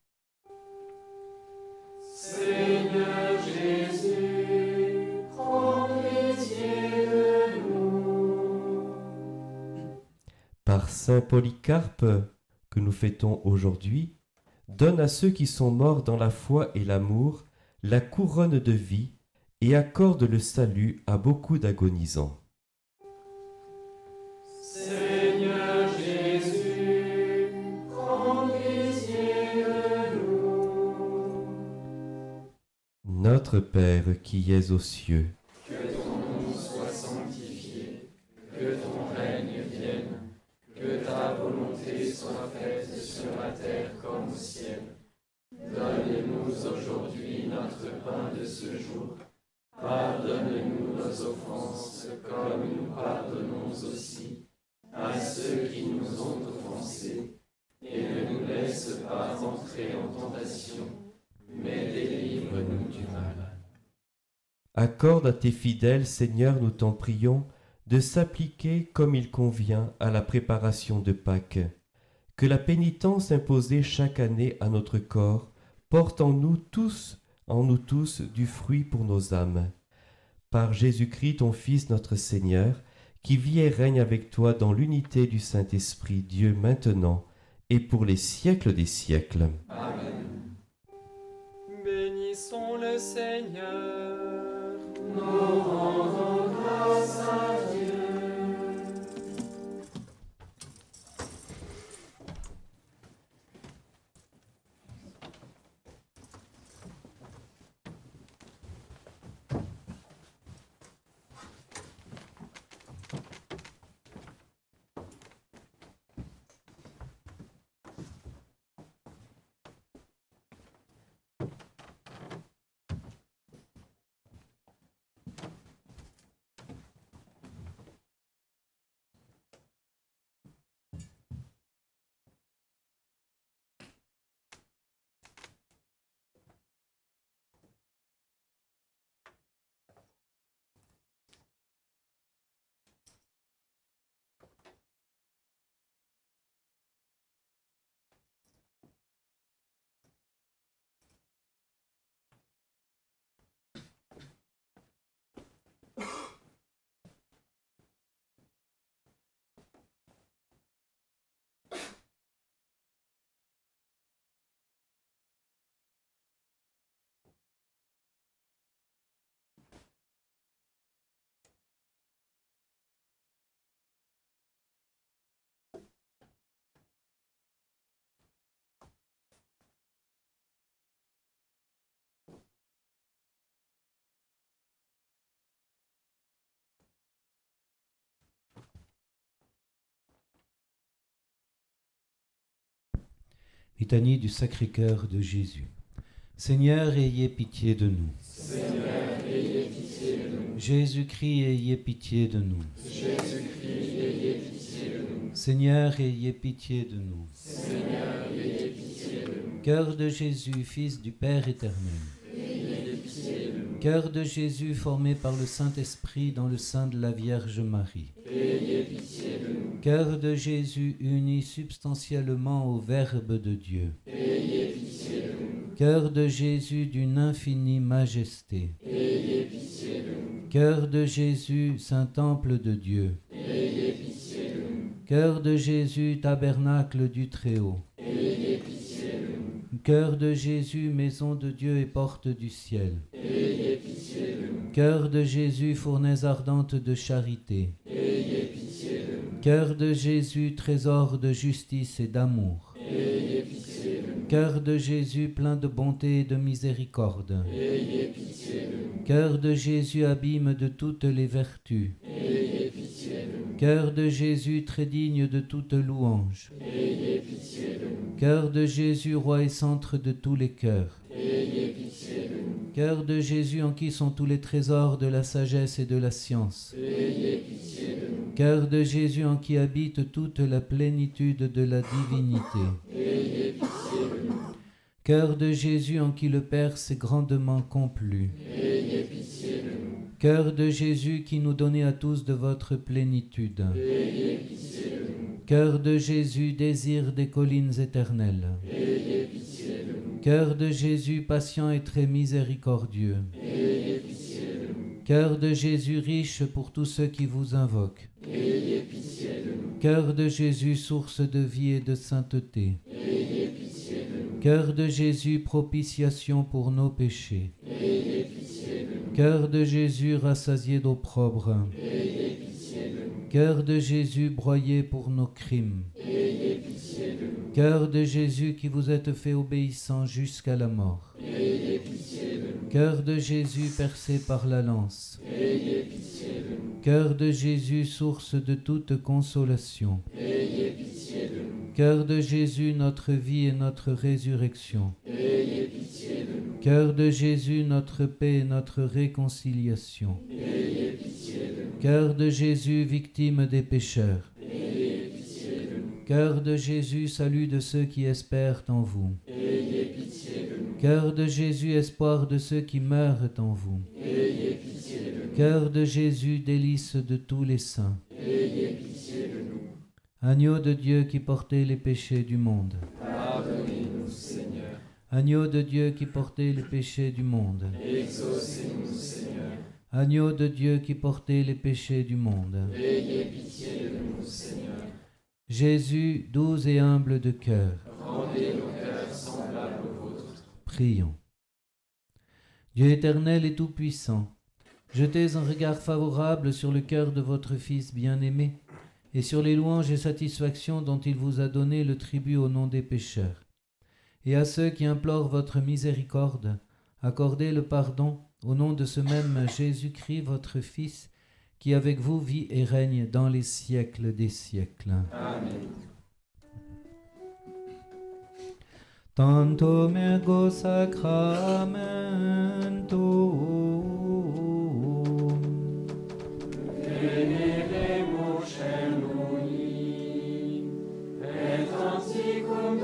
Seigneur Jésus, prends pitié de nous. Par Saint Polycarpe, que nous fêtons aujourd'hui, donne à ceux qui sont morts dans la foi et l'amour la couronne de vie et accorde le salut à beaucoup d'agonisants. Seigneur Jésus, prends pitié de nous. Notre Père qui es aux cieux, Que ton nom soit sanctifié, que ton règne vienne, que ta volonté soit faite sur la terre comme au ciel. Donne-nous aujourd'hui notre pain de ce jour. Pardonne-nous nos offenses, comme nous pardonnons aussi à ceux qui nous ont offensés. Et ne nous laisse pas entrer en tentation, mais délivre-nous du mal. accorde à tes fidèles, Seigneur, nous t'en prions, de s'appliquer comme il convient à la préparation de Pâques. Que la pénitence imposée chaque année à notre corps porte en nous tous du fruit pour nos âmes. par Jésus-Christ, ton Fils, notre Seigneur, qui vit et règne avec toi dans l'unité du Saint-Esprit, Dieu maintenant et pour les siècles des siècles. Amen. Bénissons le Seigneur. Nous rendons grâce à Dieu. Litanie du Sacré-Cœur de Jésus. Seigneur, ayez pitié de nous. Seigneur, ayez pitié de nous. Jésus-Christ, ayez pitié de nous. Jésus-Christ, ayez pitié de nous. Seigneur, ayez pitié de nous. Seigneur, ayez pitié de nous. Cœur de Jésus, Fils du Père éternel. Ayez pitié de nous. Cœur de Jésus formé par le Saint-Esprit dans le sein de la Vierge Marie. Ayez pitié de nous. Cœur de Jésus uni substantiellement au Verbe de Dieu. Ayez pitié de nous. Cœur de Jésus d'une infinie majesté. Ayez pitié de nous. Cœur de Jésus, Saint Temple de Dieu. Ayez pitié de nous. Cœur de Jésus, Tabernacle du Très-Haut. Ayez pitié de nous. Cœur de Jésus, Maison de Dieu et porte du ciel. Ayez pitié de nous. Cœur de Jésus, fournaise ardente de charité. Ayez pitié de nous. Cœur de Jésus, trésor de justice et d'amour. Ayez pitié de nous. Cœur de Jésus, plein de bonté et de miséricorde. Ayez pitié de nous. Cœur de Jésus, abîme de toutes les vertus. Ayez pitié de nous. Cœur de Jésus, très digne de toute louange. Ayez pitié de nous. Cœur de Jésus, roi et centre de tous les cœurs. Ayez pitié de nous. Cœur de Jésus, en qui sont tous les trésors de la sagesse et de la science. Ayez pitié de nous. Cœur de Jésus, en qui habite toute la plénitude de la divinité. Ayez pitié de nous. Cœur de Jésus, en qui le Père s'est grandement complu. Ayez pitié de nous. Cœur de Jésus, qui nous donnez à tous de votre plénitude. Ayez pitié de nous. Cœur de Jésus, désir des collines éternelles. Ayez pitié de nous. Cœur de Jésus, patient et très miséricordieux. Ayez pitié de nous. Cœur de Jésus, riche pour tous ceux qui vous invoquent. Ayez pitié de nous. Cœur de Jésus, source de vie et de sainteté. Ayez pitié de nous. Cœur de Jésus, propitiation pour nos péchés. Ayez pitié de nous. Cœur de Jésus, rassasié d'opprobre. Ayez pitié de nous. Cœur de Jésus, broyé pour nos crimes. Ayez pitié de nous. Cœur de Jésus, qui vous êtes fait obéissant jusqu'à la mort. Ayez pitié de nous. Cœur de Jésus, percé par la lance. Ayez pitié de nous. Cœur de Jésus, source de toute consolation. Ayez pitié de nous. Cœur de Jésus, notre vie et notre résurrection. Ayez pitié de nous. Cœur de Jésus, notre paix et notre réconciliation. Ayez pitié de nous. Cœur de Jésus, victime des pécheurs. Ayez pitié de nous. Cœur de Jésus, salut de ceux qui espèrent en vous. Ayez pitié de nous. Cœur de Jésus, espoir de ceux qui meurent en vous. Ayez pitié de nous. Cœur de Jésus, délice de tous les saints. Ayez pitié de nous. Agneau de Dieu qui portait les péchés du monde. Pardonnez-nous, Seigneur. Agneau de Dieu qui portait les péchés du monde. Exaucez-nous, Seigneur. Agneau de Dieu qui portait les péchés du monde. Ayez pitié de nous, Seigneur. Jésus, doux et humble de cœur. Rendez nos cœurs semblables aux vôtres. Prions. Dieu éternel et tout-puissant, jetez un regard favorable sur le cœur de votre Fils bien-aimé et sur les louanges et satisfactions dont il vous a donné le tribut au nom des pécheurs. Et à ceux qui implorent votre miséricorde, accordez le pardon au nom de ce même Jésus-Christ, votre Fils, qui avec vous vit et règne dans les siècles des siècles. Amen. Tantum ergo sacramentum Veneremus celui et anticum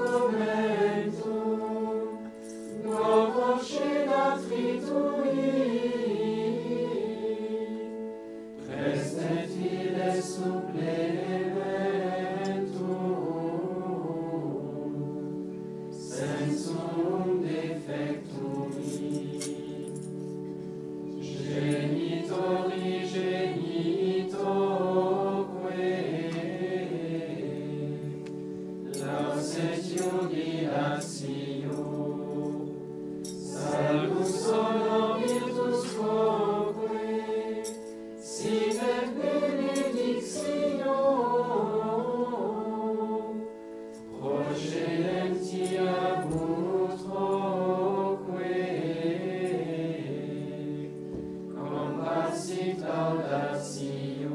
documentum novoscedatritui prestet fides supplementum sensum defectum genitori genitoque lausetio dilatio salus honor virtus quoque sit et benedictio procedentiabur troque compassit laudatio.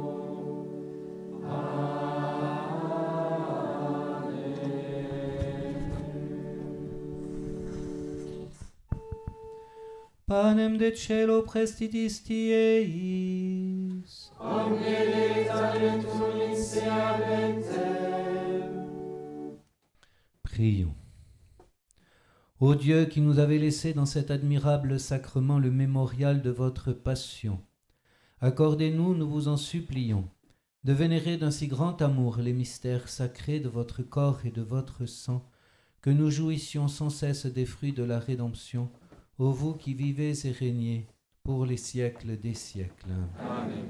Panem de cielo prestidisti eis. Omne talentum inseabentem. Prions. Ô Dieu qui nous avez laissé dans cet admirable sacrement le mémorial de votre passion, accordez-nous, nous vous en supplions, de vénérer d'un si grand amour les mystères sacrés de votre corps et de votre sang, que nous jouissions sans cesse des fruits de la rédemption, ô vous qui vivez et régnez pour les siècles des siècles. Amen.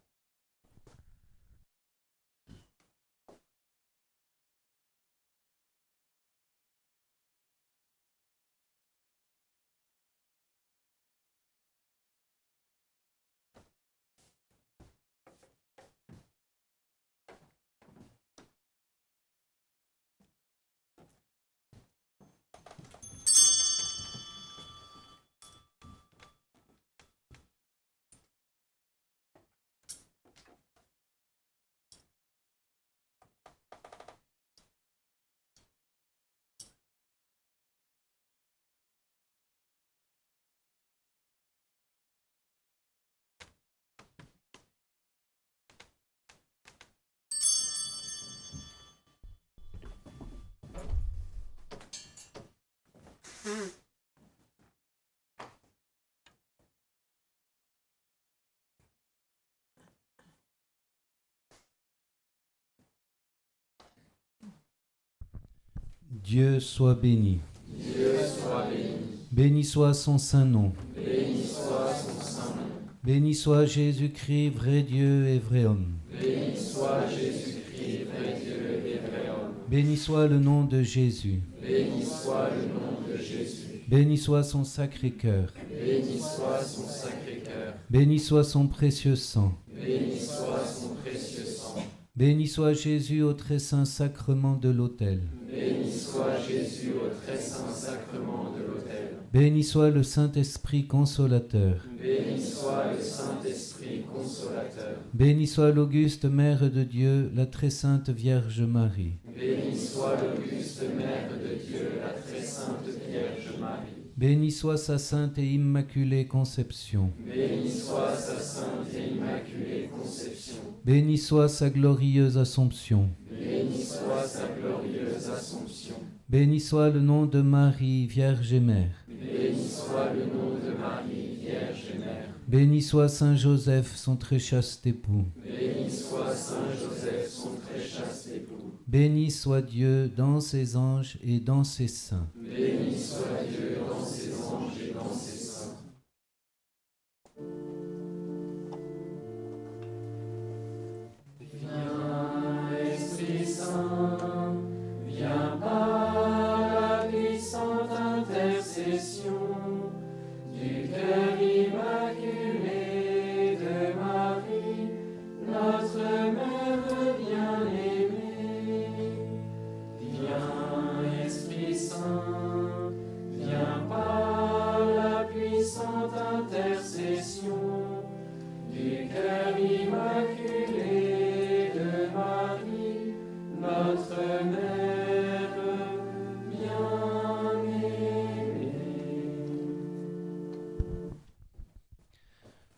Dieu soit béni. Dieu soit béni. Béni soit son saint nom. Béni soit son saint nom. Béni soit Jésus-Christ, vrai Dieu et vrai homme. Béni soit Jésus-Christ, vrai Dieu et vrai homme. Béni soit le nom de Jésus. Béni soit le nom de Jésus. Béni soit son sacré cœur. Béni soit son sacré cœur. Béni soit son précieux sang. Béni soit son précieux sang. Béni soit Jésus au très saint sacrement de l'autel. Béni soit Jésus au très saint sacrement de l'autel. Béni soit le Saint-Esprit consolateur. Béni soit le Saint-Esprit consolateur. Béni soit l'auguste Mère de Dieu, la très sainte Vierge Marie. Béni soit l'auguste Mère de Dieu, la très sainte Vierge Marie. Béni soit sa sainte et immaculée conception. Béni soit sa sainte et immaculée conception. Béni soit sa glorieuse Assomption. Béni soit sa glorieuse Assomption. Béni soit le nom de Marie, Vierge et Mère. Béni soit le nom de Marie, Vierge et Mère. Béni soit Saint Joseph, son très chaste époux. Béni soit Saint Joseph, son très chaste époux. Béni soit Dieu dans ses anges et dans ses saints. Béni soit Dieu dans ses anges et dans ses saints.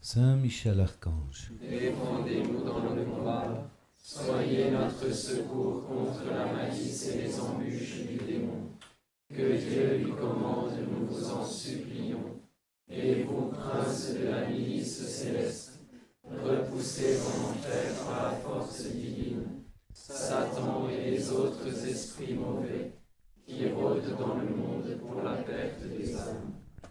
Saint Michel Archange, défendez-nous dans le combat. Soyez notre secours contre la malice et les embûches du démon. Que Dieu lui commande, nous vous en supplions. Et vous, princes de la milice céleste, repoussez en enfer par la force divine Satan et les autres esprits mauvais qui rôdent dans le monde pour la perte des âmes.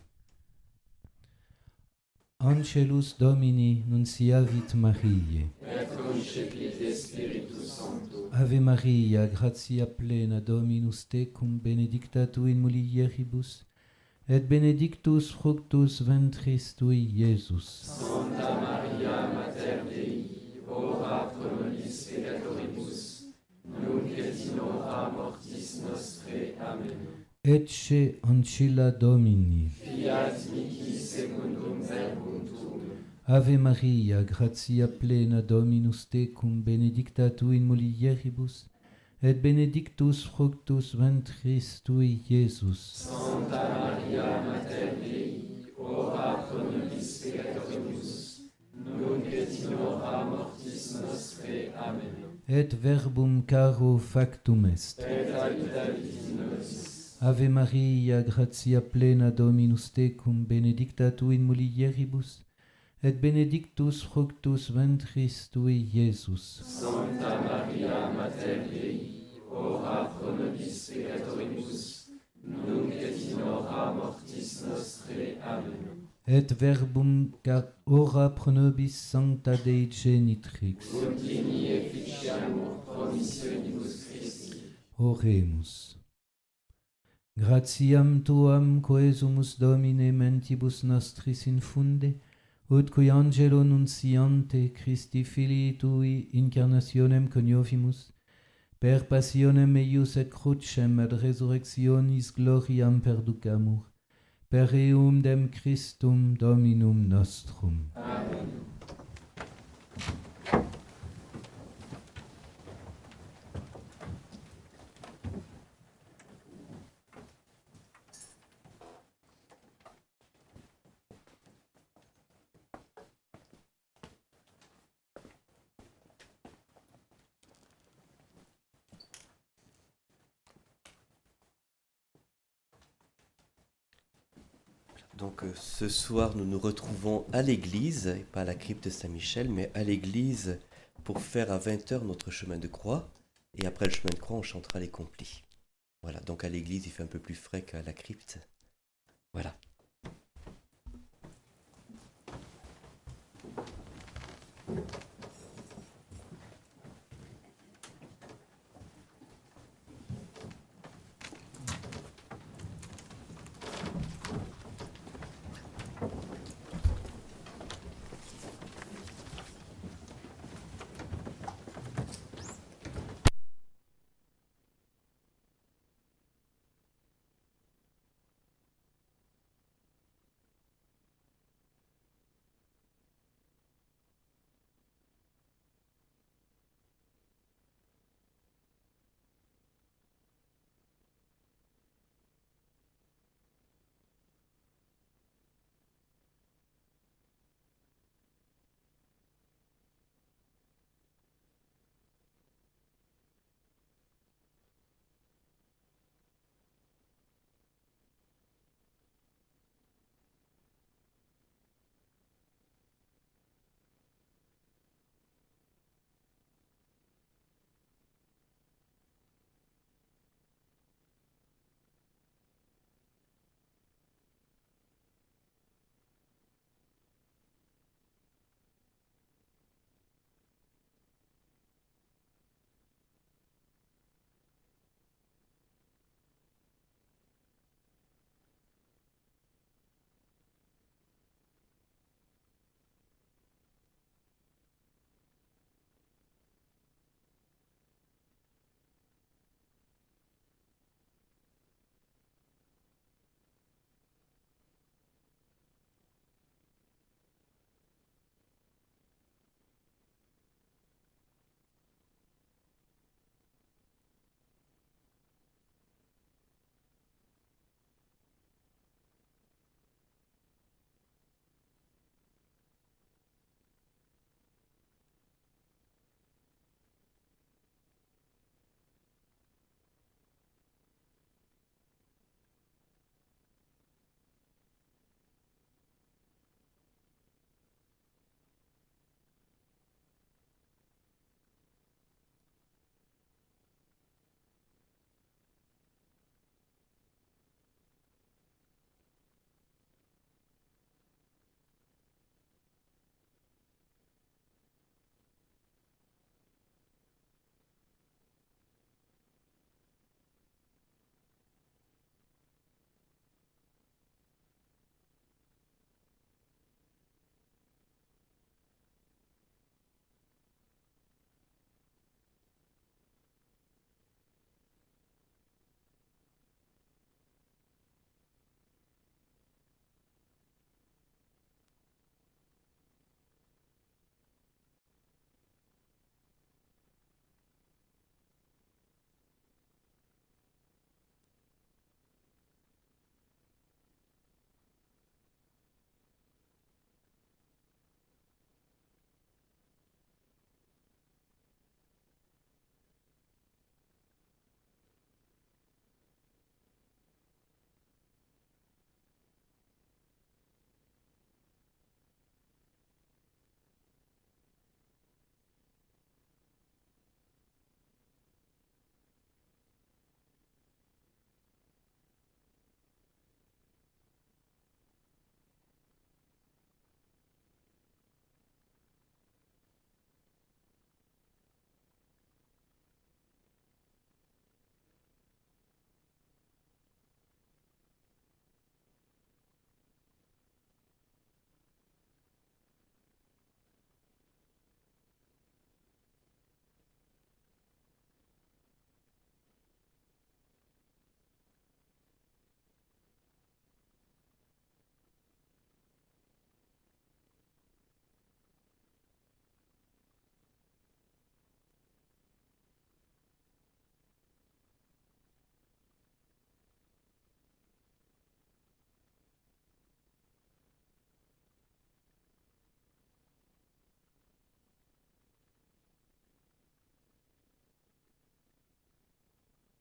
Angelus Domini nunciavit Mariae. Et concepite Spiritus Sancto. Ave Maria, gratia plena, Dominus tecum, benedicta tu in mulieribus, et benedictus fructus ventris tui, Iesus. Santa Maria, Mater Dei, ora pro nobis peccatoribus, nunc et in hora mortis nostrae. Amen. Ecce ancilla Domini. Fiat mihi secundum verbum tuum. Ave Maria, gratia plena, Dominus tecum, benedicta tu in mulieribus, et benedictus fructus ventris tui, Iesus. Santa Maria, Mater Dei, ora pro nobis peccatoribus, nunc et in hora mortis nostrae. Amen. Et verbum caro factum est. Et habitavit in nobis. Ave Maria, gratia plena, Dominus tecum, benedicta tu in mulieribus, et benedictus fructus ventris tui, Iesus. Santa Maria, Mater Dei, ora pro nobis peccatoribus, nunc et in hora mortis nostrae. Amen. Et verbum ora pro nobis sancta Dei genitrix. Ut digni efficiamur promissionibus Christi. Oremus. Gratiam tuam coesumus Domine mentibus nostris infunde, ut qui angelo nunciante Christi filii tui incarnationem coniovimus, per passionem eius et crucem ad resurrectionis gloriam perducamur, per eum dem Christum Dominum nostrum. Amen. Donc ce soir, nous nous retrouvons à l'église, et pas à la crypte de Saint-Michel, mais à l'église pour faire à 20h notre chemin de croix. Et après le chemin de croix, on chantera les complis. Voilà, donc à l'église, il fait un peu plus frais qu'à la crypte. Voilà.